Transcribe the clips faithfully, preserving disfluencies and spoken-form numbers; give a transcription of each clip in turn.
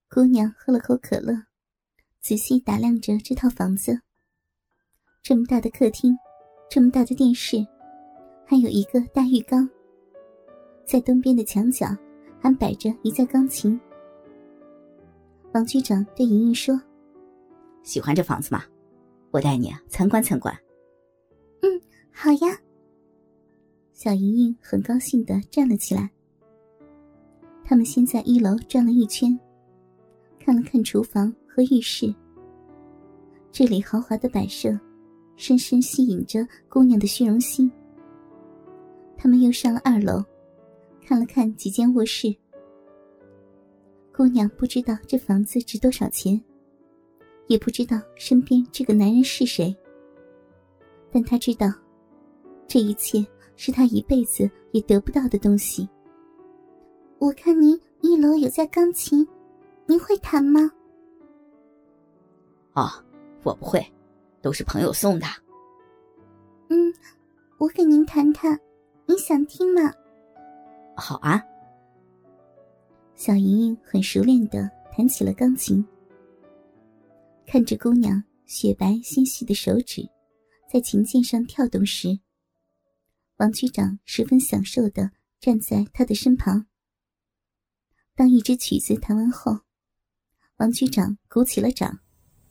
姑娘喝了口可乐，仔细打量着这套房子。这么大的客厅，这么大的电视，还有一个大浴缸。在东边的墙角还摆着一架钢琴。王局长对莹莹说： 喜欢这房子吗？我带你啊参观参观。 嗯，好呀。小莹莹很高兴地站了起来。他们先在一楼转了一圈，看了看厨房和浴室。这里豪华的摆设深深吸引着姑娘的虚荣心。他们又上了二楼，看了看几间卧室。姑娘不知道这房子值多少钱，也不知道身边这个男人是谁，但她知道这一切是她一辈子也得不到的东西。我看您一楼有架钢琴，您会弹吗？ 哦，我不会，都是朋友送的。 嗯，我给您弹弹，您想听吗？ 好啊。 小莹莹很熟练地弹起了钢琴。看着姑娘雪白纤细的手指在琴键上跳动时，王局长十分享受地站在她的身旁。当一支曲子弹完后，王局长鼓起了掌。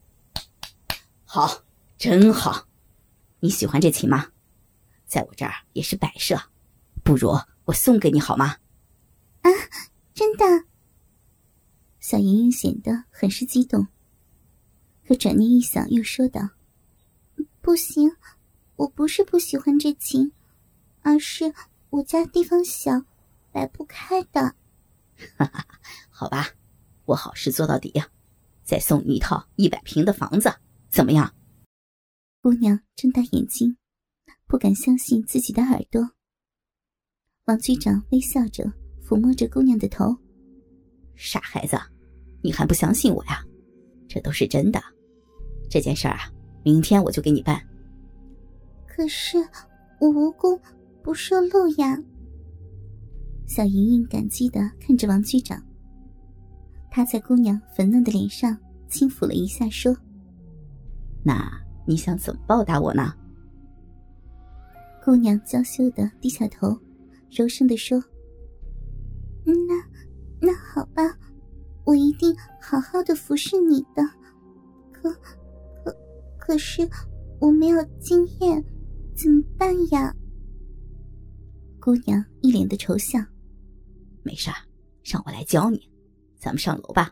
好，真好。你喜欢这琴吗？在我这儿也是摆设，不如我送给你好吗？ 啊，真的？小莹莹显得很是激动，可转念一想又说道：不行，我不是不喜欢这琴，而是我家地方小，摆不开的。 哈哈，好吧，我好事做到底，再送你一套一百平的房子，怎么样？ 姑娘睁大眼睛，不敢相信自己的耳朵。王局长微笑着抚摸着姑娘的头。 傻孩子，你还不相信我呀？这都是真的。这件事儿啊，明天我就给你办。 可是我无功不受禄呀。小莹莹感激地看着王局长，她在姑娘粉嫩的脸上轻抚了一下，说： 那你想怎么报答我呢？ 姑娘娇羞地低下头，柔声地说：那那好吧，我一定好好的服侍你的。可可可是我没有经验，怎么办呀？姑娘一脸的愁相。 没事，让我来教你，咱们上楼吧。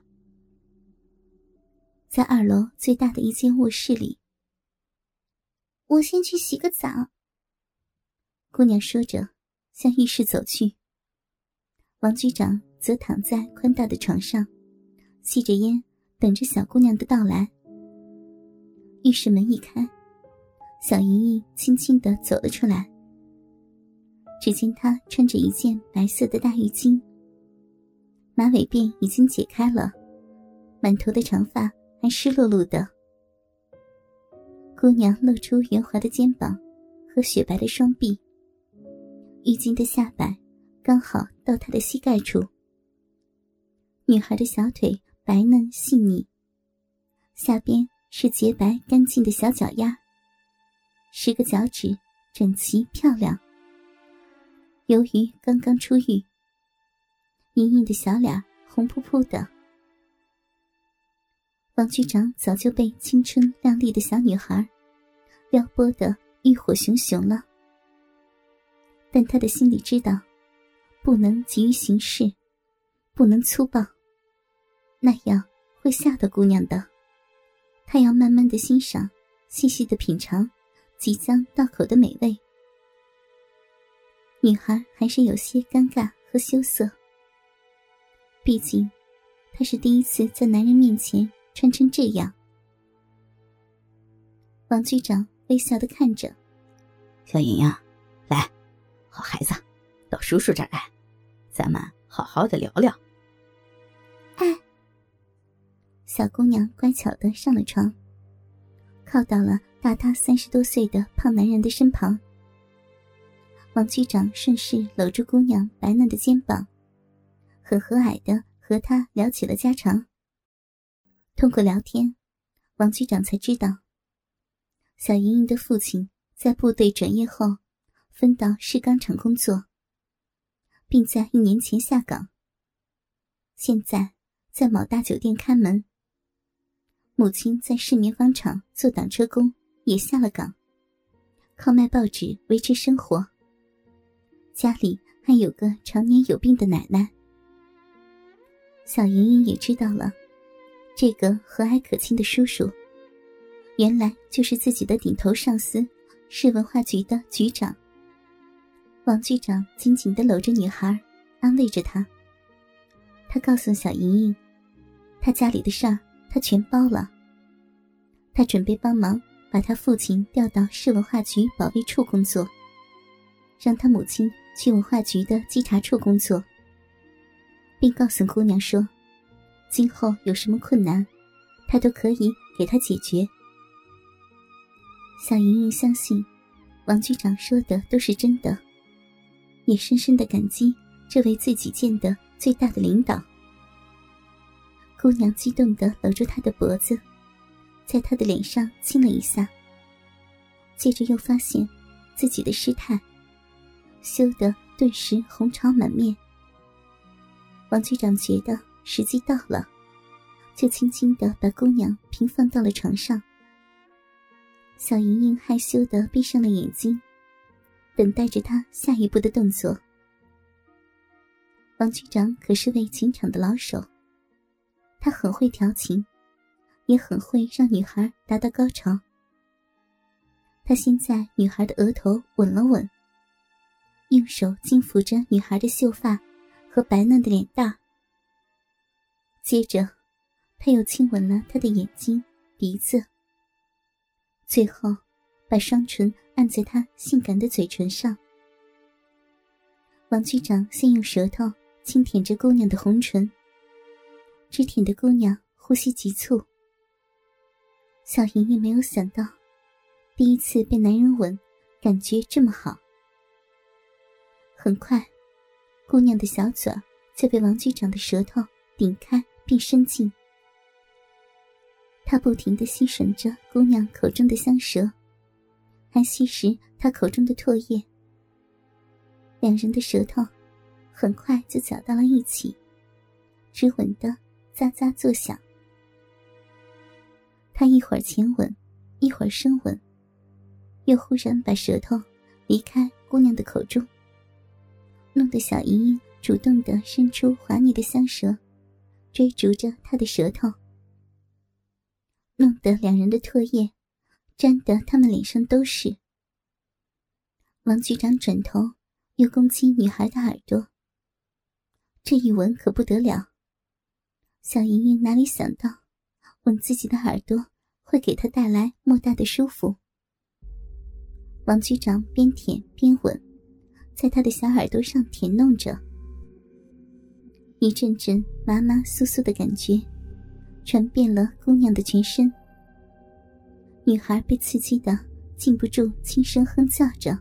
在二楼最大的一间卧室里。我先去洗个澡。姑娘说着向浴室走去。王局长则躺在宽大的床上，吸着烟，等着小姑娘的到来。浴室门一开，小莹莹轻轻地走了出来。只见她穿着一件白色的大浴巾，马尾辫已经解开了，满头的长发还湿漉漉的。姑娘露出圆滑的肩膀和雪白的双臂，浴巾的下摆刚好到她的膝盖处。女孩的小腿白嫩细腻，下边是洁白干净的小脚丫，十个脚趾整齐漂亮。由于刚刚出浴，莹莹的小脸红扑扑的。王局长早就被青春靓丽的小女孩撩拨得欲火熊熊了，但他的心里知道，不能急于行事，不能粗暴，那样会吓到姑娘的。他要慢慢的欣赏，细细的品尝即将到口的美味。女孩还是有些尴尬和羞涩，毕竟她是第一次在男人面前穿成这样。王局长微笑地看着小莹莹，来，好孩子，到叔叔这儿来，咱们好好的聊聊。 哎，小姑娘乖巧地上了床，靠到了大她三十多岁的胖男人的身旁。王局长顺势搂住姑娘白嫩的肩膀，很和蔼地和她聊起了家常。 通过聊天，王局长才知道，小莹莹的父亲在部队转业后分到市钢厂工作，并在一年前下岗，现在在某大酒店看门。母亲在市棉纺厂做挡车工，也下了岗，靠卖报纸维持生活。家里还有个常年有病的奶奶。小莹莹也知道了，这个和蔼可亲的叔叔原来就是自己的顶头上司，市文化局的局长。王局长紧紧地搂着女孩，安慰着她。他告诉小莹莹，他家里的事儿他全包了，他准备帮忙把他父亲调到市文化局保卫处工作，让他母亲去文化局的稽查处工作，并告诉姑娘说，今后有什么困难他都可以给她解决。小莹莹相信王局长说的都是真的，也深深地感激这位自己见的最大的领导。姑娘激动地搂住他的脖子，在他的脸上亲了一下，接着又发现自己的失态，羞得顿时红潮满面。王局长觉得时机到了，就轻轻地把姑娘平放到了床上。小莹莹害羞地闭上了眼睛，等待着他下一步的动作。王局长可是位情场的老手，他很会调情，也很会让女孩达到高潮。他先在女孩的额头吻了吻，用手轻抚着女孩的秀发和白嫩的脸蛋，接着他又亲吻了她的眼睛、鼻子，最后把双唇按在她性感的嘴唇上。王局长先用舌头轻舔着姑娘的红唇，只舔的姑娘呼吸急促。小莹莹没有想到，第一次被男人吻，感觉这么好。很快，姑娘的小嘴就被王局长的舌头顶开并伸进。他不停地吸吮着姑娘口中的香舌，还吸食她口中的唾液。两人的舌头很快就搅到了一起，只吻得咂咂作响。他一会儿前吻，一会儿深吻，又忽然把舌头离开姑娘的口中，弄得小莹莹主动地伸出滑腻的香舌，追逐着他的舌头，弄得两人的唾液沾得他们脸上都是。王局长转头又攻击女孩的耳朵，这一吻可不得了。小莹莹哪里想到吻自己的耳朵会给她带来莫大的舒服。王局长边舔边吻，在她的小耳朵上舔弄着，一阵阵麻麻酥酥的感觉传遍了姑娘的全身。女孩被刺激得禁不住轻声哼叫着，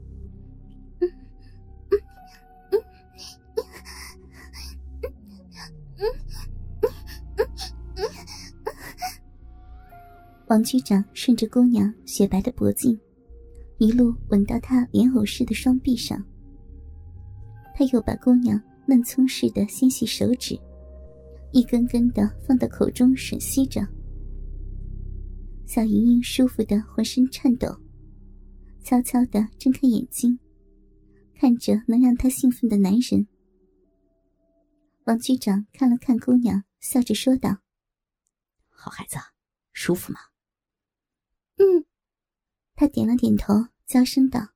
王局长顺着姑娘雪白的脖颈一路吻到她莲藕似的双臂上，他又把姑娘嫩葱似的纤细手指一根根的放到口中吮吸着。小莹莹舒服的浑身颤抖，悄悄地睁开眼睛，看着能让她兴奋的男人。王局长看了看姑娘，笑着说道： 好孩子，舒服吗？ 嗯，她点了点头，娇声道：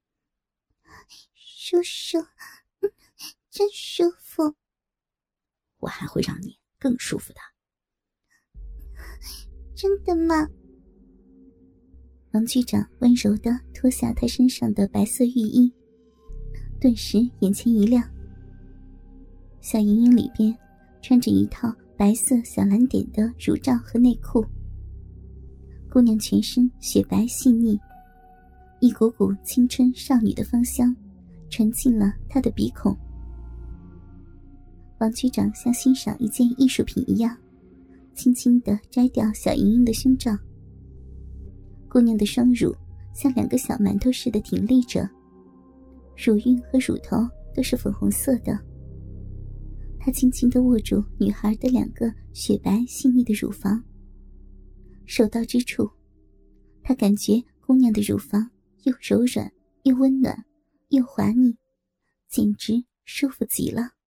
叔叔，嗯，真舒服。 我还会让你更舒服的。 真的吗？王局长温柔地脱下她身上的白色浴衣，顿时眼前一亮。小莹莹里边穿着一套白色小蓝点的乳罩和内裤，姑娘全身雪白细腻，一股股青春少女的芳香传进了她的鼻孔。王局长像欣赏一件艺术品一样， 轻轻地摘掉小莹莹的胸罩。姑娘的双乳像两个小馒头似的挺立着，乳晕和乳头都是粉红色的。她轻轻地握住女孩的两个雪白细腻的乳房，手到之处，她感觉姑娘的乳房又柔软又温暖又滑腻，简直舒服极了。